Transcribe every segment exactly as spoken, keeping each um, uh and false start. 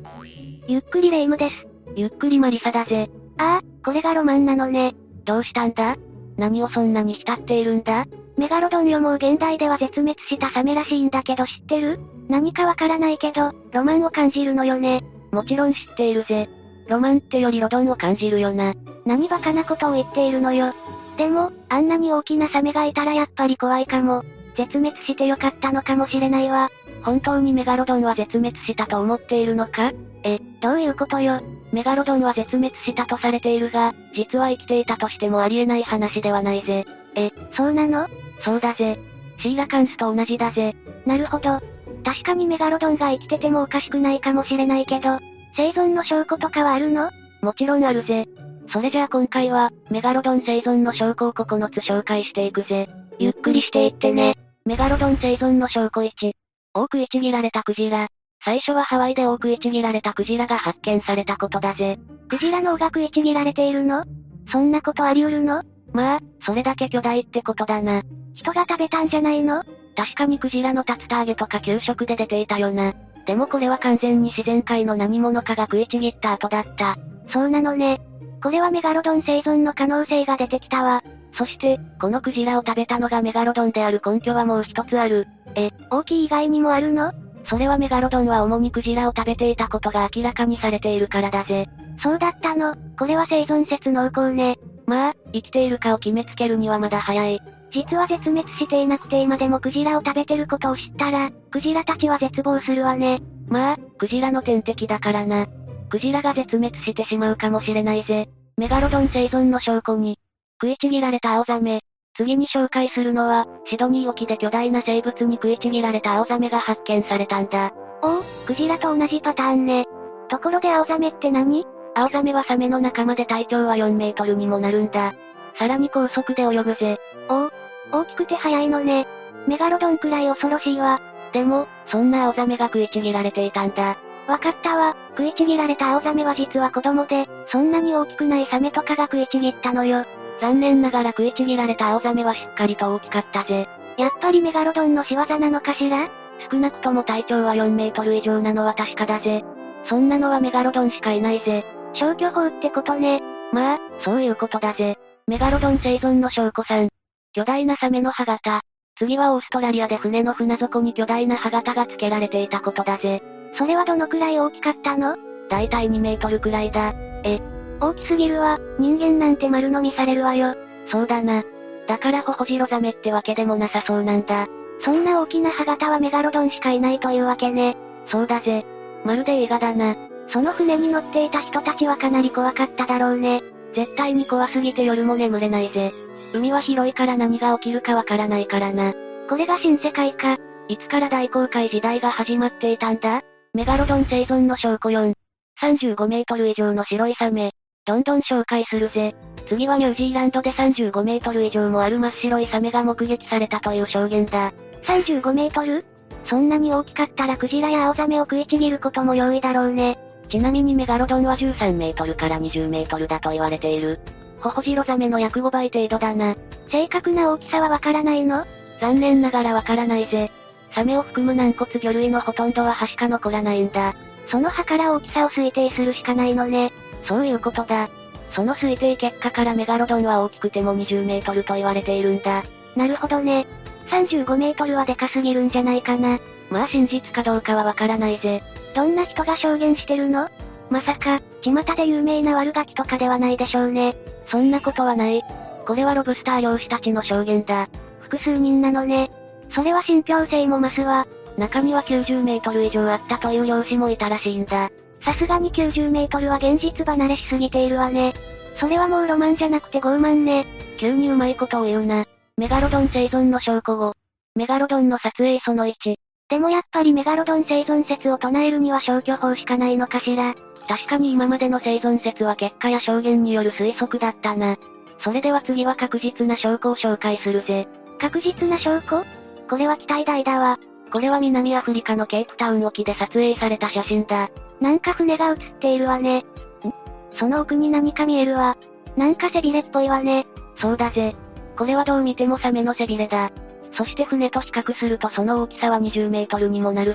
ゆっくりレ夢ムです。 ゆっくりマリサだぜ。 ああ、これがロマンなのね。 どうしたんだ？何をそんなに浸っているんだ？ メガロドンよ、もう現代では絶滅したサメらしいんだけど知ってる？何かわからないけど、ロマンを感じるのよね。 もちろん知っているぜ。ロマンってよりロドンを感じるよな。 何バカなことを言っているのよ。でも、あんなに大きなサメがいたらやっぱり怖いかも。絶滅してよかったのかもしれないわ。 本当にメガロドンは絶滅したと思っているのか？ え、どういうことよ。 メガロドンは絶滅したとされているが、実は生きていたとしてもありえない話ではないぜ。 え、そうなの？ そうだぜ。シーラカンスと同じだぜ。 なるほど。確かにメガロドンが生きててもおかしくないかもしれないけど、生存の証拠とかはあるの？ もちろんあるぜ。それじゃあ今回は、メガロドン生存の証拠をここのつ紹介していくぜ。 ゆっくりしていってね。 メガロドン生存の証拠いち。多くいちぎられたクジラ。最初はハワイで多くいちぎられたクジラが発見されたことだぜ。 クジラの尾が食いちぎられているの？そんなことあり得るの？ まあ、それだけ巨大ってことだな。 人が食べたんじゃないの？ 確かにクジラの竜田揚げとか給食で出ていたよな。でもこれは完全に自然界の何者かが食いちぎった後だった。 そうなのね。これはメガロドン生存の可能性が出てきたわ。 そして、このクジラを食べたのがメガロドンである根拠はもう一つある。 え、大きい以外にもあるの？ それはメガロドンは主にクジラを食べていたことが明らかにされているからだぜ。 そうだったの。これは生存説濃厚ね。 まあ、生きているかを決めつけるにはまだ早い。 実は絶滅していなくて今でもクジラを食べてることを知ったら、クジラたちは絶望するわね。 まあ、クジラの天敵だからな。クジラが絶滅してしまうかもしれないぜ。メガロドン生存の証拠に、食いちぎられたアオザメ。次に紹介するのは、シドニー沖で巨大な生物に食いちぎられたアオザメが発見されたんだ。 おお、クジラと同じパターンね。ところでアオザメって何？ アオザメはサメの仲間で体長はよんメートルにもなるんだ。さらに高速で泳ぐぜ。 おお、大きくて速いのね。メガロドンくらい恐ろしいわ。 でも、そんなアオザメが食いちぎられていたんだ。 わかったわ。食いちぎられたアオザメは実は子供で、そんなに大きくないサメとかが食いちぎったのよ。 残念ながら食いちぎられたアオザメはしっかりと大きかったぜ。 やっぱりメガロドンの仕業なのかしら？ 少なくとも体長はよんメートル以上なのは確かだぜ。そんなのはメガロドンしかいないぜ。 消去法ってことね。 まあ、そういうことだぜ。メガロドン生存の証拠さん。巨大なサメの歯型。次はオーストラリアで船の船底に巨大な歯型が付けられていたことだぜ。 それはどのくらい大きかったの？ だいたいにメートルくらいだ。 え、大きすぎるわ。人間なんて丸飲みされるわよ。 そうだな。だからホホジロザメってわけでもなさそうなんだ。 そんな大きな歯型はメガロドンしかいないというわけね。 そうだぜ。まるで映画だな。 その船に乗っていた人たちはかなり怖かっただろうね。 絶対に怖すぎて夜も眠れないぜ。海は広いから何が起きるかわからないからな。 これが新世界か。 いつから大航海時代が始まっていたんだ？メガロドン生存の証拠よん。さんじゅうごメートル以上の白いサメ。どんどん紹介するぜ。次はニュージーランドでさんじゅうごメートル以上もある真っ白いサメが目撃されたという証言だ。 さんじゅうごメートル？そんなに大きかったらクジラやアオザメを食いちぎることも容易だろうね。 ちなみにメガロドンはじゅうさんメートルからにじゅうメートルだと言われている。ホホジロザメの約ごばい程度だな。 正確な大きさはわからないの？ 残念ながらわからないぜ。サメを含む軟骨魚類のほとんどは歯しか残らないんだ。 その歯から大きさを推定するしかないのね。 そういうことだ。その推定結果からメガロドンは大きくてもにじゅうメートルと言われているんだ。 なるほどね。さんじゅうごメートルはでかすぎるんじゃないかな。 まあ真実かどうかはわからないぜ。 どんな人が証言してるの？まさか、巷で有名な悪ガキとかではないでしょうね。 そんなことはない。これはロブスター漁師たちの証言だ。 複数人なのね。それは信憑性も増すわ。 中にはきゅうじゅうメートル以上あったという漁師もいたらしいんだ。 さすがにきゅうじゅうメートルは現実離れしすぎているわね。それはもうロマンじゃなくて傲慢ね。 急にうまいことを言うな。メガロドン生存の証拠ご。メガロドンの撮影そのいち。 でもやっぱりメガロドン生存説を唱えるには消去法しかないのかしら。 確かに今までの生存説は結果や証言による推測だったな。それでは次は確実な証拠を紹介するぜ。 確実な証拠？これは期待大だわ。 これは南アフリカのケープタウン沖で撮影された写真だ。 なんか船が写っているわね。ん？その奥に何か見えるわ。なんか背びれっぽいわね。 そうだぜ。これはどう見てもサメの背びれだ。そして船と比較するとその大きさはにじゅうメートルにもなるぜ。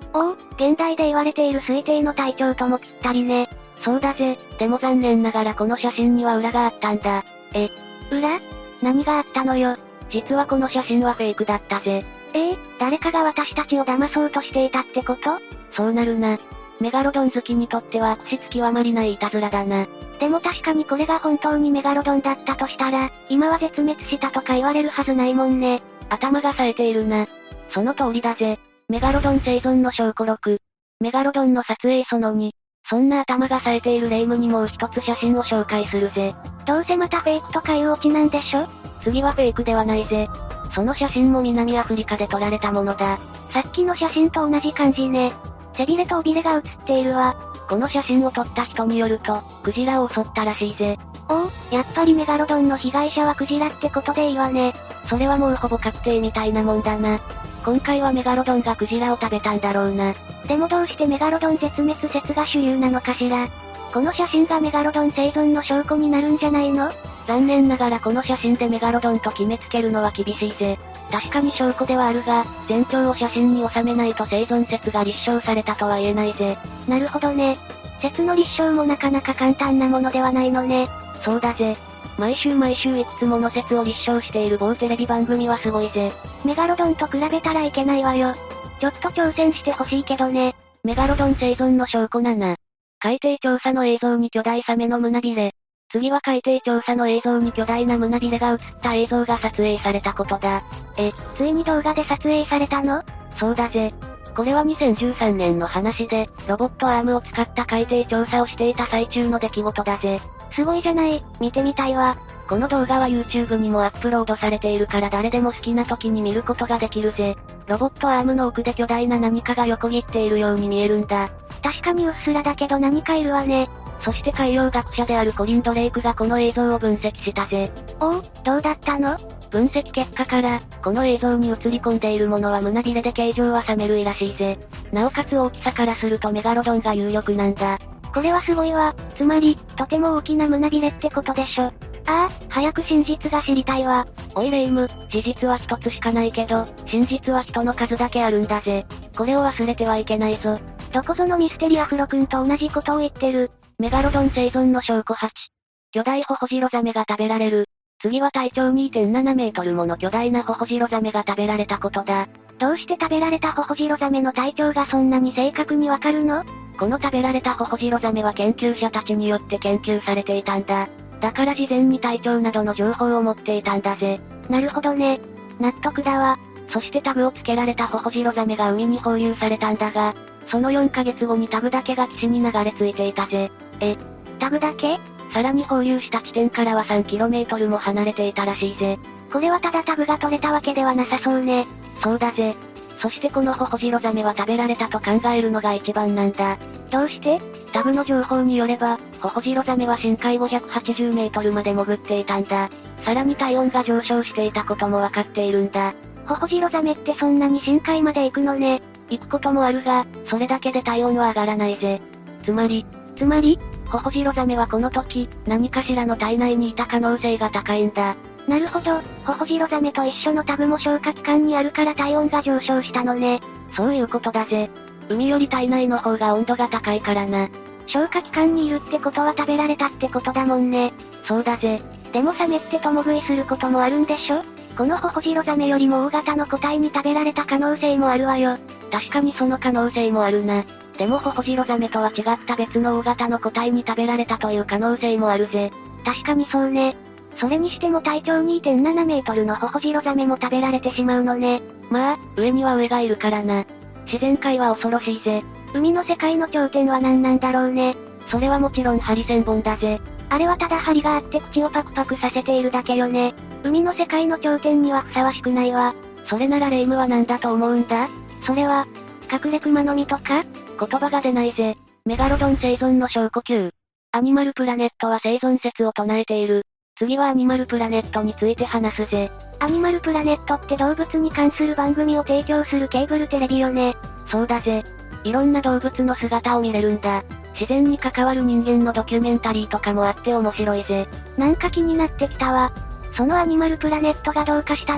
おお、現代で言われている推定の体長ともぴったりね。 そうだぜ、でも残念ながらこの写真には裏があったんだ。 え、裏？何があったのよ。 実はこの写真はフェイクだったぜ。 ええー、誰かが私たちを騙そうとしていたってこと？ そうなるな。メガロドン好きにとっては悪質極まりないいたずらだな。 でも確かにこれが本当にメガロドンだったとしたら、今は絶滅したとか言われるはずないもんね。 頭が冴えているな。その通りだぜ。メガロドン生存の証拠ろく。メガロドンの撮影そのに。そんな頭が冴えている霊夢にもう一つ写真を紹介するぜ。 どうせまたフェイクとかいうオチなんでしょ？ 次はフェイクではないぜ。その写真も南アフリカで撮られたものだ。 さっきの写真と同じ感じね。背びれと尾びれが写っているわ。 この写真を撮った人によると、クジラを襲ったらしいぜ。 おお、やっぱりメガロドンの被害者はクジラってことでいいわね。 それはもうほぼ確定みたいなもんだな。今回はメガロドンがクジラを食べたんだろうな。 でもどうしてメガロドン絶滅説が主流なのかしら。この写真がメガロドン生存の証拠になるんじゃないの？ 残念ながらこの写真でメガロドンと決めつけるのは厳しいぜ。確かに証拠ではあるが、全長を写真に収めないと生存説が立証されたとは言えないぜ。 なるほどね。説の立証もなかなか簡単なものではないのね。 そうだぜ。毎週毎週いくつもの説を立証している某テレビ番組はすごいぜ。 メガロドンと比べたらいけないわよ。ちょっと挑戦してほしいけどね。 メガロドン生存の証拠なな。海底調査の映像に巨大サメの胸びれ。次は海底調査の映像に巨大な胸びれが映った映像が撮影されたことだ。 え、ついに動画で撮影されたの？ そうだぜ。これはにせんじゅうさんねんの話で、ロボットアームを使った海底調査をしていた最中の出来事だぜ。 すごいじゃない、見てみたいわ。 この動画は YouTube にもアップロードされているから誰でも好きな時に見ることができるぜ。ロボットアームの奥で巨大な何かが横切っているように見えるんだ。 確かにうっすらだけど何かいるわね。 そして海洋学者であるコリン・ドレイクがこの映像を分析したぜ。 おお、どうだったの？ 分析結果から、この映像に映り込んでいるものは胸びれで形状はサメ類らしいぜ。なおかつ大きさからするとメガロドンが有力なんだ。 これはすごいわ。つまり、とても大きな胸びれってことでしょ。ああ、早く真実が知りたいわ。 おいレイム、事実は一つしかないけど、真実は人の数だけあるんだぜ。これを忘れてはいけないぞ。 どこぞのミステリアフロ君と同じことを言ってる。 メガロドン生存の証拠はち。巨大ホホジロザメが食べられる。次は体長 にてんななメートルもの巨大なホホジロザメが食べられたことだ。 どうして食べられたホホジロザメの体長がそんなに正確にわかるの？ この食べられたホホジロザメは研究者たちによって研究されていたんだ。だから事前に体長などの情報を持っていたんだぜ。 なるほどね。納得だわ。 そしてタグをつけられたホホジロザメが海に放流されたんだが、そのよんかげつごにタグだけが岸に流れ着いていたぜ。 え、タグだけ？ さらに放流した地点からは さんキロメートル も離れていたらしいぜ。 これはただタグが取れたわけではなさそうね。 そうだぜ。そしてこのホホジロザメは食べられたと考えるのが一番なんだ。 どうして？ タグの情報によれば、ホホジロザメは深海ごひゃくはちじゅうメートルまで潜っていたんだ。さらに体温が上昇していたこともわかっているんだ。 ホホジロザメってそんなに深海まで行くのね。 行くこともあるが、それだけで体温は上がらないぜ。つまり、 つまりホホジロザメはこの時、何かしらの体内にいた可能性が高いんだ。 なるほど、ホホジロザメと一緒のタグも消化器官にあるから体温が上昇したのね。 そういうことだぜ。海より体内の方が温度が高いからな。 消化器官にいるってことは食べられたってことだもんね。 そうだぜ。 でもサメって共食いすることもあるんでしょ？このホホジロザメよりも大型の個体に食べられた可能性もあるわよ。 確かにその可能性もあるな。でもホホジロザメとは違った別の大型の個体に食べられたという可能性もあるぜ。 確かにそうね。それにしても体長 にてんななメートルのホホジロザメも食べられてしまうのね。 まあ、上には上がいるからな。自然界は恐ろしいぜ。 海の世界の頂点は何なんだろうね。 それはもちろんハリセンボンだぜ。 あれはただ針があって口をパクパクさせているだけよね。海の世界の頂点にはふさわしくないわ。 それならレイムは何だと思うんだ？ それは、隠れクマノミとか？ 言葉が出ないぜ。メガロドン生存の証拠きゅう。アニマルプラネットは生存説を唱えている。次はアニマルプラネットについて話すぜ。 アニマルプラネットって動物に関する番組を提供するケーブルテレビよね。 そうだぜ。いろんな動物の姿を見れるんだ。自然に関わる人間のドキュメンタリーとかもあって面白いぜ。 なんか気になってきたわ。そのアニマルプラネットがどうかしたの？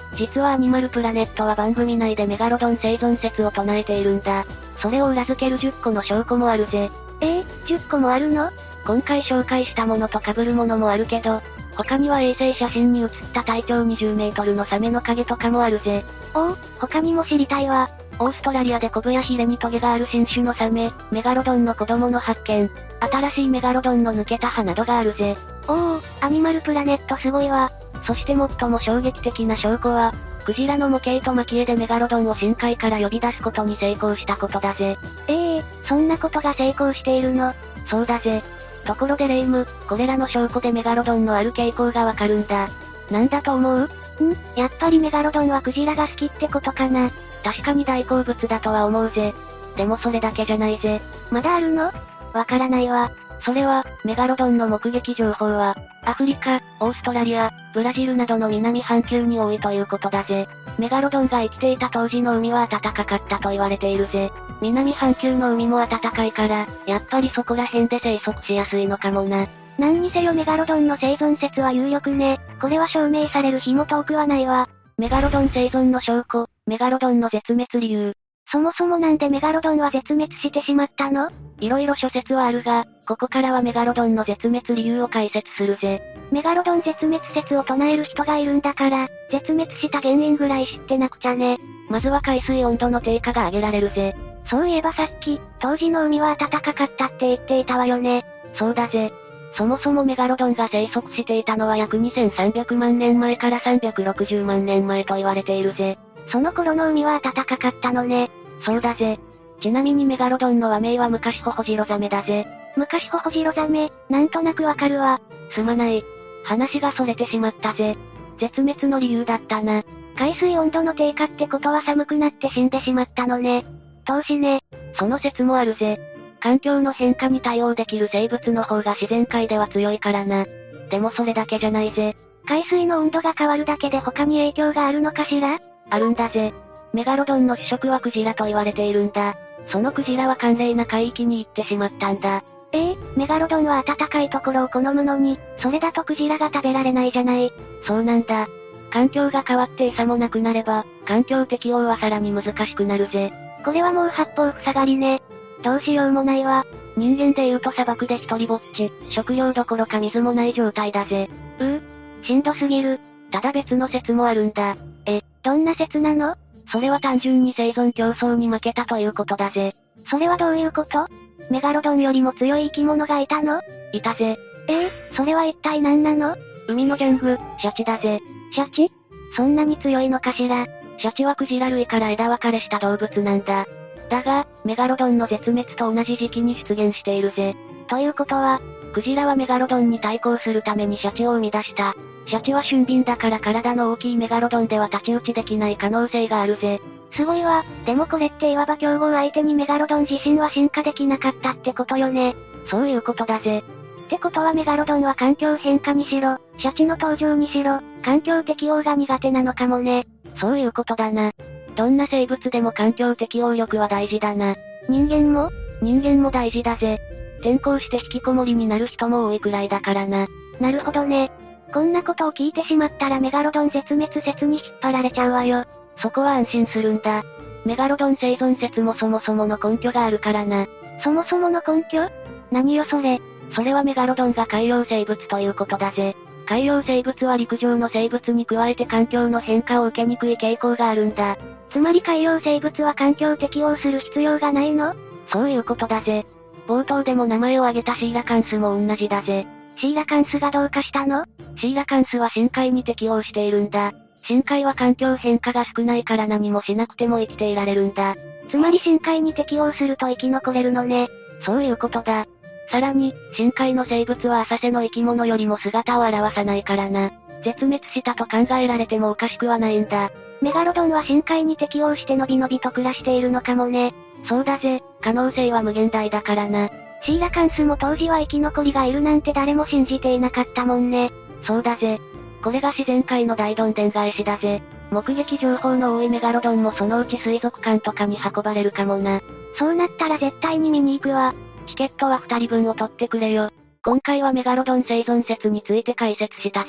実はアニマルプラネットは番組内でメガロドン生存説を唱えているんだ。それを裏付けるじゅっこの証拠もあるぜ。 えー、じゅっこもあるの？ 今回紹介したものと被るものもあるけど、他には衛星写真に写った体長にじゅうメートルのサメの影とかもあるぜ。 おお、他にも知りたいわ。 オーストラリアでコブやヒレにトゲがある新種のサメ、メガロドンの子供の発見。新しいメガロドンの抜けた歯などがあるぜ。 おお、アニマルプラネットすごいわ。 そして最も衝撃的な証拠は、クジラの模型と蒔絵でメガロドンを深海から呼び出すことに成功したことだぜ。 ええー、そんなことが成功しているの？ そうだぜ。ところでレイム、これらの証拠でメガロドンのある傾向がわかるんだ。なんだと思う？ ん？やっぱりメガロドンはクジラが好きってことかな。 確かに大好物だとは思うぜ。でもそれだけじゃないぜ。 まだあるの？わからないわ。 それは、メガロドンの目撃情報は、アフリカ、オーストラリア、ブラジルなどの南半球に多いということだぜ。メガロドンが生きていた当時の海は暖かかったと言われているぜ。南半球の海も暖かいから、やっぱりそこら辺で生息しやすいのかもな。 何にせよメガロドンの生存説は有力ね。これは証明される日も遠くはないわ。 メガロドン生存の証拠、メガロドンの絶滅理由。 そもそもなんでメガロドンは絶滅してしまったの？ いろいろ諸説はあるが、ここからはメガロドンの絶滅理由を解説するぜ。 メガロドン絶滅説を唱える人がいるんだから、絶滅した原因ぐらい知ってなくちゃね。 まずは海水温度の低下が挙げられるぜ。 そういえばさっき、当時の海は暖かかったって言っていたわよね。 そうだぜ。そもそもメガロドンが生息していたのは約にせんさんびゃくまんねんまえからさんびゃくろくじゅうまんねんまえと言われているぜ。 その頃の海は暖かかったのね。 そうだぜ。ちなみにメガロドンの和名はムカシホホジロザメだぜ。 ムカシホホジロザメ、なんとなくわかるわ。 すまない。話が逸れてしまったぜ。絶滅の理由だったな。 海水温度の低下ってことは寒くなって死んでしまったのね。遠しね。 その説もあるぜ。環境の変化に対応できる生物の方が自然界では強いからな。でもそれだけじゃないぜ。 海水の温度が変わるだけで他に影響があるのかしら？ あるんだぜ。メガロドンの主食はクジラと言われているんだ。そのクジラは寒冷な海域に行ってしまったんだ。 ええー、メガロドンは暖かいところを好むのに、それだとクジラが食べられないじゃない。 そうなんだ。環境が変わって餌もなくなれば、環境適応はさらに難しくなるぜ。 これはもう八方塞がりね。どうしようもないわ。 人間で言うと砂漠で一人ぼっち、食料どころか水もない状態だぜ。 うう、しんどすぎる。 ただ別の説もあるんだ。 え、どんな説なの？ それは単純に生存競争に負けたということだぜ。 それはどういうこと？メガロドンよりも強い生き物がいたの？ いたぜ。 えー、それは一体何なの？ 海のジャング、シャチだぜ。 シャチ？そんなに強いのかしら？ シャチはクジラ類から枝分かれした動物なんだ。だが、メガロドンの絶滅と同じ時期に出現しているぜ。 ということは、 クジラはメガロドンに対抗するためにシャチを生み出した。シャチは俊敏だから体の大きいメガロドンでは太刀打ちできない可能性があるぜ。 すごいわ。でもこれっていわば競合相手にメガロドン自身は進化できなかったってことよね。 そういうことだぜ。 ってことはメガロドンは環境変化にしろ、シャチの登場にしろ、環境適応が苦手なのかもね。 そういうことだな。どんな生物でも環境適応力は大事だな。 人間も？ 人間も大事だぜ。転校して引きこもりになる人も多いくらいだからな。 なるほどね。こんなことを聞いてしまったらメガロドン絶滅説に引っ張られちゃうわよ。 そこは安心するんだ。メガロドン生存説もそもそもの根拠があるからな。 そもそもの根拠？何よそれ。 それはメガロドンが海洋生物ということだぜ。海洋生物は陸上の生物に加えて環境の変化を受けにくい傾向があるんだ。 つまり海洋生物は環境適応する必要がないの？ そういうことだぜ。冒頭でも名前を挙げたシーラカンスも同じだぜ。 シーラカンスがどうかしたの？ シーラカンスは深海に適応しているんだ。深海は環境変化が少ないから何もしなくても生きていられるんだ。 つまり深海に適応すると生き残れるのね。 そういうことだ。さらに、深海の生物は浅瀬の生き物よりも姿を現さないからな。絶滅したと考えられてもおかしくはないんだ。 メガロドンは深海に適応してのびのびと暮らしているのかもね。 そうだぜ、可能性は無限大だからな。 シーラカンスも当時は生き残りがいるなんて誰も信じていなかったもんね。 そうだぜ。これが自然界の大どんでん返しだぜ。目撃情報の多いメガロドンもそのうち水族館とかに運ばれるかもな。 そうなったら絶対に見に行くわ。 チケットはふたりぶんを取ってくれよ。今回はメガロドン生存説について解説したぜ。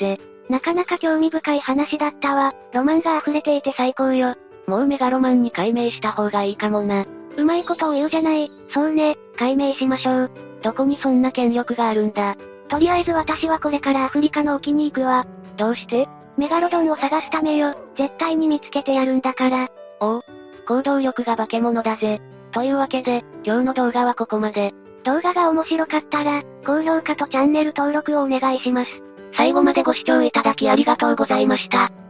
なかなか興味深い話だったわ。ロマンが溢れていて最高よ。 もうメガロマンに改名した方がいいかもな。 うまいことを言うじゃない。そうね、改名しましょう。 どこにそんな権力があるんだ。 とりあえず私はこれからアフリカの沖に行くわ。 どうして？ メガロドンを探すためよ。絶対に見つけてやるんだから。 おう。行動力が化け物だぜ。というわけで、今日の動画はここまで。 動画が面白かったら、高評価とチャンネル登録をお願いします。 最後までご視聴いただきありがとうございました。